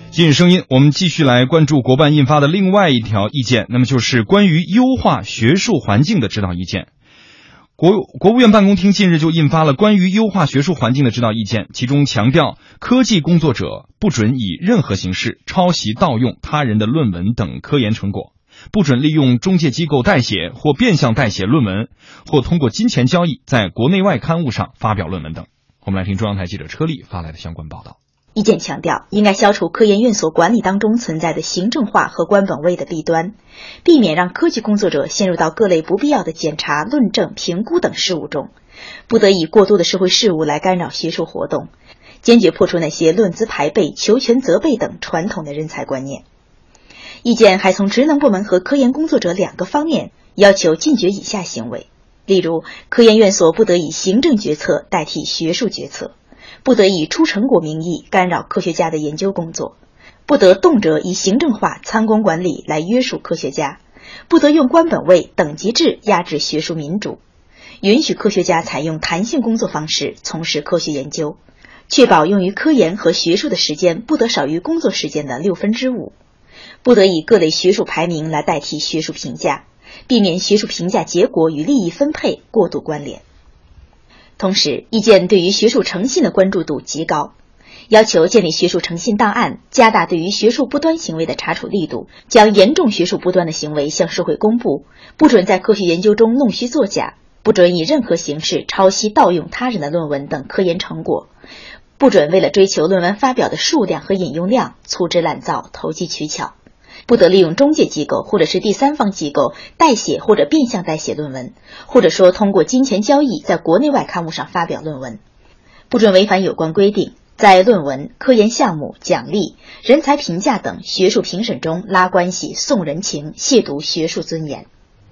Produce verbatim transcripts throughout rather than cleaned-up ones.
今日声音，我们继续来关注国办印发的另外一条意见，那么就是关于优化学术环境的指导意见。国国务院办公厅近日就印发了关于优化学术环境的指导意见，其中强调，科技工作者不准以任何形式抄袭盗用他人的论文等科研成果，不准利用中介机构代写或变相代写论文，或通过金钱交易在国内外刊物上发表论文等。我们来听中央台记者车丽发来的相关报道。 意见强调，应该消除科研院所管理当中存在的行政化和官本位的弊端，避免让科技工作者陷入到各类不必要的检查、论证、评估等事务中，不得以过多的社会事务来干扰学术活动，坚决破除那些论资排辈、求全责备等传统的人才观念。意见还从职能部门和科研工作者两个方面要求禁绝以下行为，例如，科研院所不得以行政决策代替学术决策，不得以出成果名义干扰科学家的研究工作，不得动辄以行政化参公管理来约束科学家，不得用官本位、等级制压制学术民主，允许科学家采用弹性工作方式从事科学研究，确保用于科研和学术的时间不得少于工作时间的六分之五，不得以各类学术排名来代替学术评价，避免学术评价结果与利益分配过度关联。同时，意见对于学术诚信的关注度极高，要求建立学术诚信档案，加大对于学术不端行为的查处力度，将严重学术不端的行为向社会公布，不准在科学研究中弄虚作假，不准以任何形式抄袭盗用他人的论文等科研成果，不准为了追求论文发表的数量和引用量粗制滥造、投机取巧，不得利用中介机构或者是第三方机构代写或者变相代写论文，或者说通过金钱交易在国内外刊物上发表论文，不准违反有关规定，在论文、科研项目、奖励、人才评价等学术评审中拉关系、送人情，亵渎学术尊严。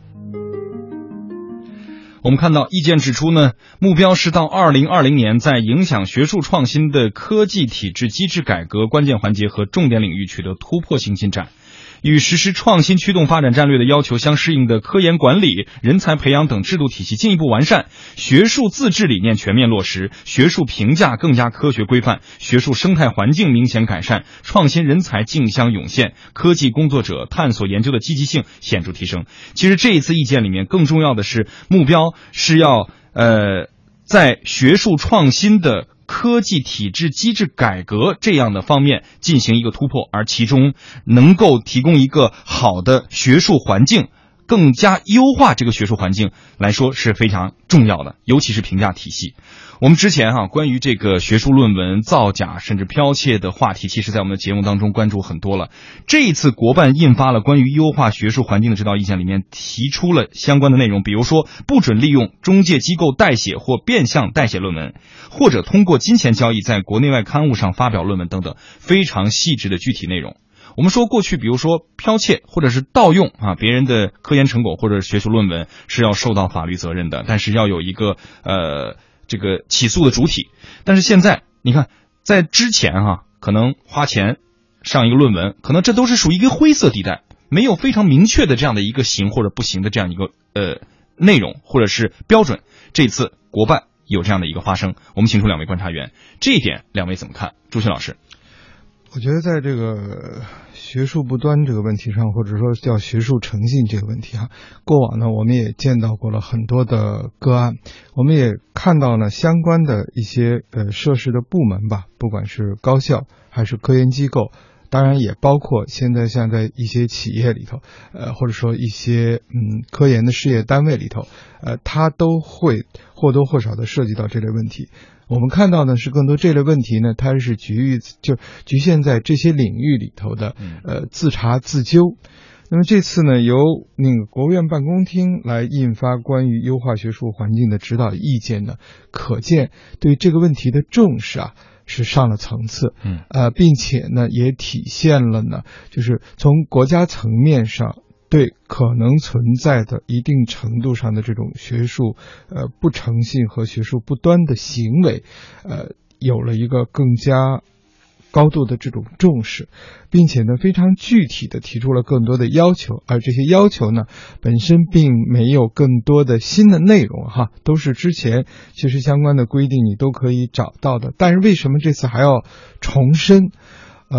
我们看到意见指出呢，目标是到二零二零年在影响学术创新的科技体制机制改革关键环节和重点领域取得突破性进展，与实施创新驱动发展战略的要求相适应的科研管理、人才培养等制度体系进一步完善，学术自治理念全面落实，学术评价更加科学规范，学术生态环境明显改善，创新人才竞相涌现，科技工作者探索研究的积极性显著提升。其实这一次意见里面更重要的是，目标是要呃在学术创新的科技体制机制改革这样的方面进行一个突破，而其中能够提供一个好的学术环境，更加优化这个学术环境来说是非常重要的，尤其是评价体系。我们之前哈、啊、关于这个学术论文造假甚至剽窃的话题，其实在我们的节目当中关注很多了。这一次国办印发了关于优化学术环境的指导意见，里面提出了相关的内容，比如说不准利用中介机构代写或变相代写论文，或者通过金钱交易在国内外刊物上发表论文等等，非常细致的具体内容。我们说过去比如说剽窃或者是盗用啊别人的科研成果或者学术论文是要受到法律责任的，但是要有一个呃这个起诉的主体。但是现在你看，在之前哈、啊、可能花钱上一个论文，可能这都是属于一个灰色地带，没有非常明确的这样的一个行或者不行的这样一个呃内容或者是标准。这次国办有这样的一个发生，我们请出两位观察员，这一点两位怎么看？朱迅老师。 我觉得在这个学术不端这个问题上，或者说叫学术诚信这个问题哈，过往呢我们也见到过了很多的个案，我们也看到呢相关的一些呃涉事的部门吧，不管是高校还是科研机构，当然也包括现在像在一些企业里头，呃或者说一些嗯科研的事业单位里头，呃它都会或多或少的涉及到这类问题。我们看到呢是更多这类问题呢，它是局于就局限在这些领域里头的呃自查自纠。那么这次呢，由那个国务院办公厅来印发关于优化学术环境的指导意见呢，可见对这个问题的重视啊是上了层次， 嗯呃，并且呢也体现了呢，就是从国家层面上对可能存在的一定程度上的这种学术呃不诚信和学术不端的行为，呃有了一个更加高度的这种重视，并且呢非常具体的提出了更多的要求，而这些要求呢本身并没有更多的新的内容哈，都是之前其实相关的规定你都可以找到的，但是为什么这次还要重申？呃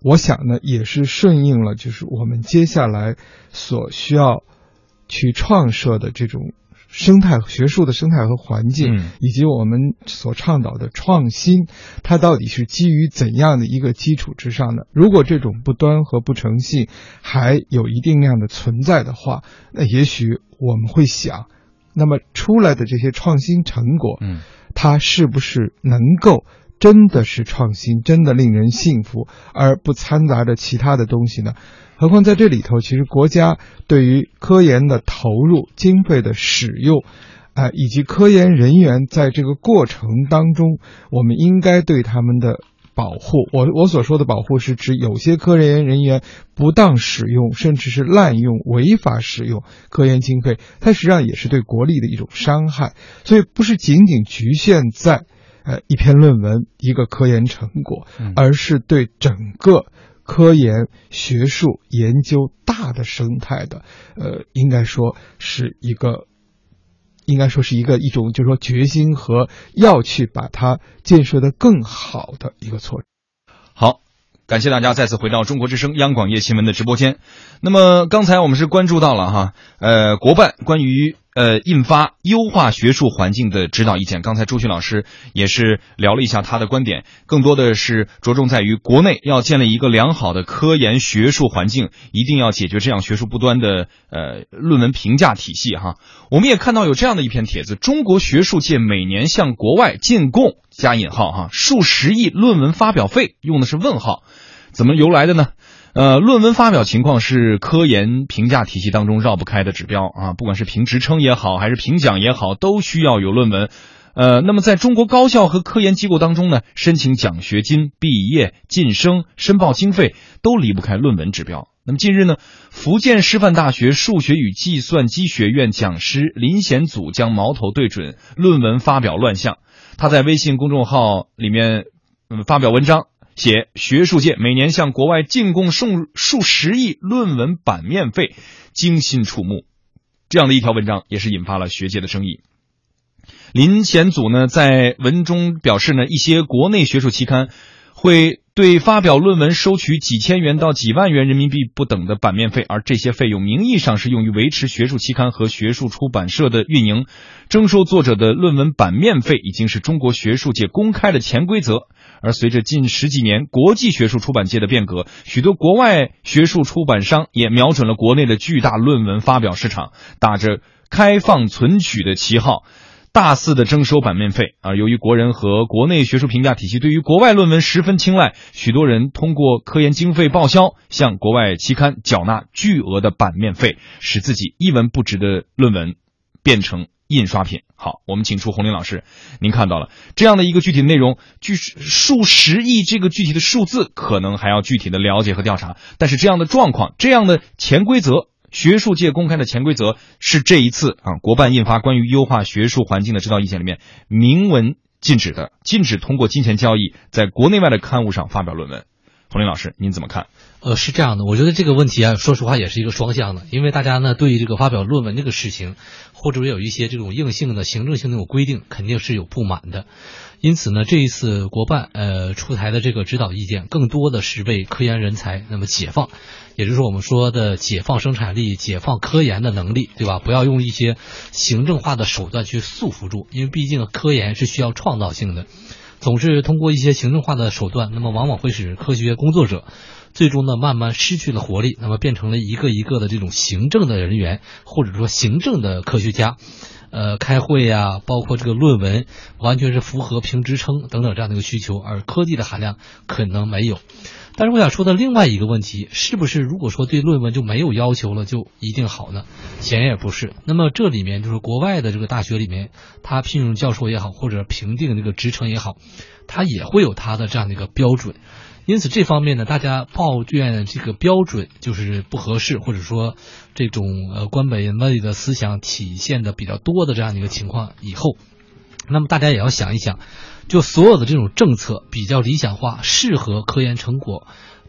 我想呢，也是顺应了就是我们接下来所需要去创设的这种生态学术的生态和环境， 嗯、 以及我们所倡导的创新，它到底是基于怎样的一个基础之上的？如果这种不端和不诚信还有一定量的存在的话，那也许我们会想，那么出来的这些创新成果， 嗯， 它是不是能够真的是创新，真的令人信服，而不掺杂着其他的东西呢？何况在这里头，其实国家对于科研的投入、经费的使用，啊、呃，以及科研人员在这个过程当中，我们应该对他们的保护。我我所说的保护是指有些科研人员不当使用，甚至是滥用、违法使用科研经费，它实际上也是对国力的一种伤害。所以不是仅仅局限在呃一篇论文、一个科研成果，而是对整个科研学术研究大的生态的，呃，应该说是一个，应该说是一个一种，就是说决心和要去把它建设得更好的一个措施。 好，感谢大家再次回到中国之声央广夜新闻的直播间。那么刚才我们是关注到了哈，呃，国办关于呃印发优化学术环境的指导意见。刚才朱旭老师也是聊了一下他的观点，更多的是着重在于国内要建立一个良好的科研学术环境，一定要解决这样学术不端的呃论文评价体系哈。我们也看到有这样的一篇帖子，中国学术界每年向国外进贡加引号哈数十亿论文发表费，用的是问号，怎么由来的呢？呃，论文发表情况是科研评价体系当中绕不开的指标啊，不管是评职称也好，还是评奖也好，都需要有论文。呃，那么在中国高校和科研机构当中呢，申请奖学金、毕业、晋升、申报经费都离不开论文指标。那么近日呢，福建师范大学数学与计算机学院讲师林贤祖将矛头对准论文发表乱象。他在微信公众号里面嗯发表文章，写学术界每年向国外进贡数数十亿论文版面费，惊心触目。这样的一条文章也是引发了学界的争议。林贤祖呢在文中表示呢，一些国内学术期刊会对发表论文收取几千元到几万元人民币不等的版面费，而这些费用名义上是用于维持学术期刊和学术出版社的运营。征收作者的论文版面费已经是中国学术界公开的潜规则。而随着近十几年国际学术出版界的变革，许多国外学术出版商也瞄准了国内的巨大论文发表市场，打着开放存取的旗号，大肆的征收版面费。而由于国人和国内学术评价体系对于国外论文十分青睐，许多人通过科研经费报销，向国外期刊缴纳巨额的版面费，使自己一文不值的论文变成印刷品。好，我们请出洪林老师，您看到了这样的一个具体的内容，据数十亿这个具体的数字可能还要具体的了解和调查，但是这样的状况，这样的潜规则，学术界公开的潜规则，是这一次啊国办印发关于优化学术环境的指导意见里面明文禁止的，禁止通过金钱交易在国内外的刊物上发表论文。洪林老师，您怎么看？ 呃，是这样的，我觉得这个问题啊，说实话也是一个双向的，因为大家呢对于这个发表论文这个事情，或者有一些这种硬性的行政性的这种规定，肯定是有不满的。因此呢，这一次国办呃出台的这个指导意见，更多的是为科研人才那么解放，也就是我们说的解放生产力、解放科研的能力，对吧？不要用一些行政化的手段去束缚住，因为毕竟科研是需要创造性的。总是通过一些行政化的手段，那么往往会使科学工作者最终呢慢慢失去了活力，那么变成了一个一个的这种行政的人员，或者说行政的科学家，呃，开会呀、啊，包括这个论文，完全是符合评职称等等这样的一个需求，而科技的含量可能没有。但是我想说的另外一个问题，是不是如果说对论文就没有要求了，就一定好呢？显然也不是。那么这里面就是国外的这个大学里面，他聘用教授也好，或者评定这个职称也好，他也会有他的这样的一个标准。因此这方面呢，大家抱怨这个标准就是不合适，或者说这种呃官本位的思想体现的比较多的这样的一个情况以后，那么大家也要想一想，就所有的这种政策比较理想化，适合科研成果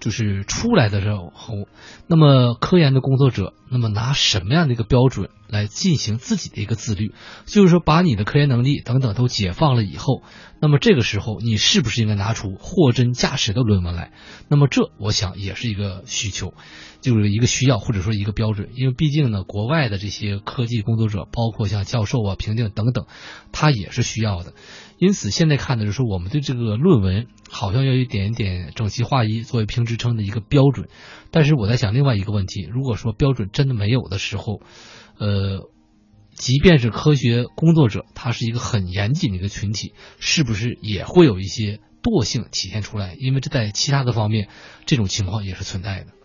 就是出来的时候，那么科研的工作者，那么拿什么样的一个标准来进行自己的一个自律？就是说，把你的科研能力等等都解放了以后，那么这个时候你是不是应该拿出货真价实的论文来？那么这我想也是一个需求，就是一个需要或者说一个标准。因为毕竟呢，国外的这些科技工作者，包括像教授啊、评定等等，他也是需要的。因此，现在看的就是我们对这个论文好像要有一点点整齐划一作为评职称的一个标准。但是我在想另外一个问题，如果说标准真的没有的时候，呃，即便是科学工作者，他是一个很严谨的一个群体，是不是也会有一些惰性体现出来？因为这在其他的方面，这种情况也是存在的。